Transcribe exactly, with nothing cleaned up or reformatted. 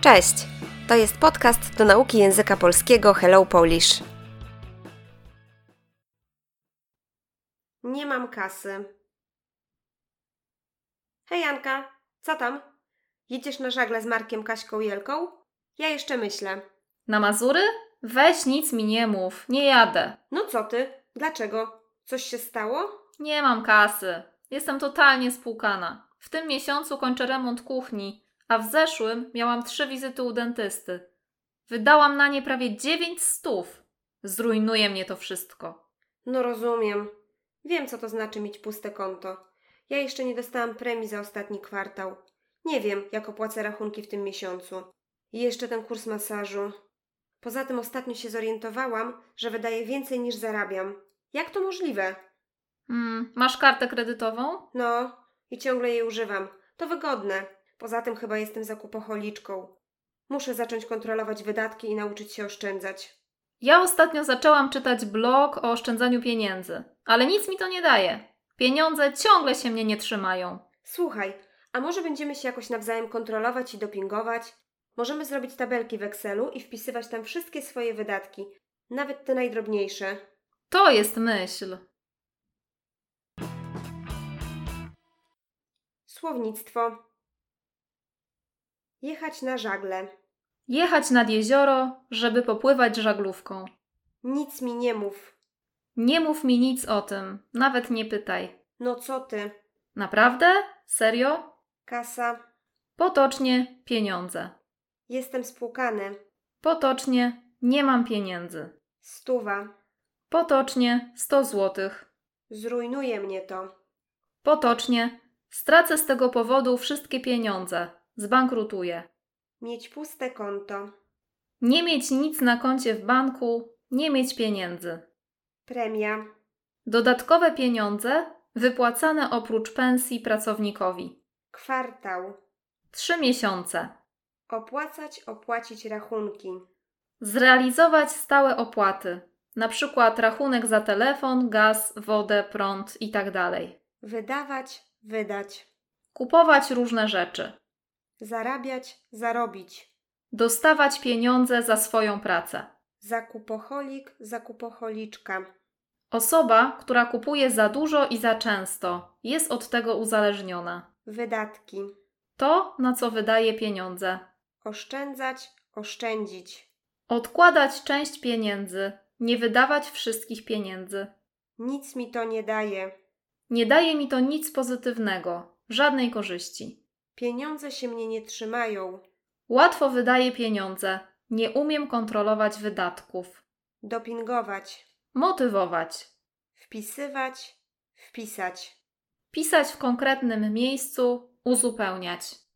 Cześć! To jest podcast do nauki języka polskiego Hello Polish. Nie mam kasy. Hej Janka, co tam? Jedziesz na żagle z Markiem, Kaśką i Jelką? Ja jeszcze myślę. Na Mazury? Weź, nic mi nie mów, nie jadę. No co ty? Dlaczego? Coś się stało? Nie mam kasy. Jestem totalnie spłukana. W tym miesiącu kończę remont kuchni, a w zeszłym miałam trzy wizyty u dentysty. Wydałam na nie prawie dziewięć stów. Zrujnuje mnie to wszystko. No rozumiem. Wiem, co to znaczy mieć puste konto. Ja jeszcze nie dostałam premii za ostatni kwartał. Nie wiem, jak opłacę rachunki w tym miesiącu. I jeszcze ten kurs masażu. Poza tym ostatnio się zorientowałam, że wydaję więcej niż zarabiam. Jak to możliwe? Hmm, masz kartę kredytową? No, i ciągle jej używam. To wygodne. Poza tym chyba jestem zakupocholiczką. Muszę zacząć kontrolować wydatki i nauczyć się oszczędzać. Ja ostatnio zaczęłam czytać blog o oszczędzaniu pieniędzy, ale nic mi to nie daje. Pieniądze ciągle się mnie nie trzymają. Słuchaj, a może będziemy się jakoś nawzajem kontrolować i dopingować? Możemy zrobić tabelki w Excelu i wpisywać tam wszystkie swoje wydatki, nawet te najdrobniejsze. To jest myśl. Słownictwo. Jechać na żagle. Jechać nad jezioro, żeby popływać żaglówką. Nic mi nie mów. Nie mów mi nic o tym, nawet nie pytaj. No co ty? Naprawdę? Serio? Kasa. Potocznie pieniądze. Jestem spłukany. Potocznie nie mam pieniędzy. Stuwa. Potocznie sto złotych. Zrujnuje mnie to. Potocznie stracę z tego powodu wszystkie pieniądze. Zbankrutuję. Mieć puste konto. Nie mieć nic na koncie w banku, nie mieć pieniędzy. Premia. Dodatkowe pieniądze wypłacane oprócz pensji pracownikowi. Kwartał. Trzy miesiące. Opłacać, opłacić rachunki. Zrealizować stałe opłaty, na przykład rachunek za telefon, gaz, wodę, prąd itd. Wydawać, wydać. Kupować różne rzeczy. Zarabiać, zarobić. Dostawać pieniądze za swoją pracę. Zakupoholik, zakupoholiczka. Osoba, która kupuje za dużo i za często, jest od tego uzależniona. Wydatki. To, na co wydaje pieniądze. Oszczędzać, oszczędzić. Odkładać część pieniędzy, nie wydawać wszystkich pieniędzy. Nic mi to nie daje. Nie daje mi to nic pozytywnego, żadnej korzyści. Pieniądze się mnie nie trzymają. Łatwo wydaję pieniądze, nie umiem kontrolować wydatków. Dopingować. Motywować. Wpisywać, wpisać. Pisać w konkretnym miejscu, uzupełniać.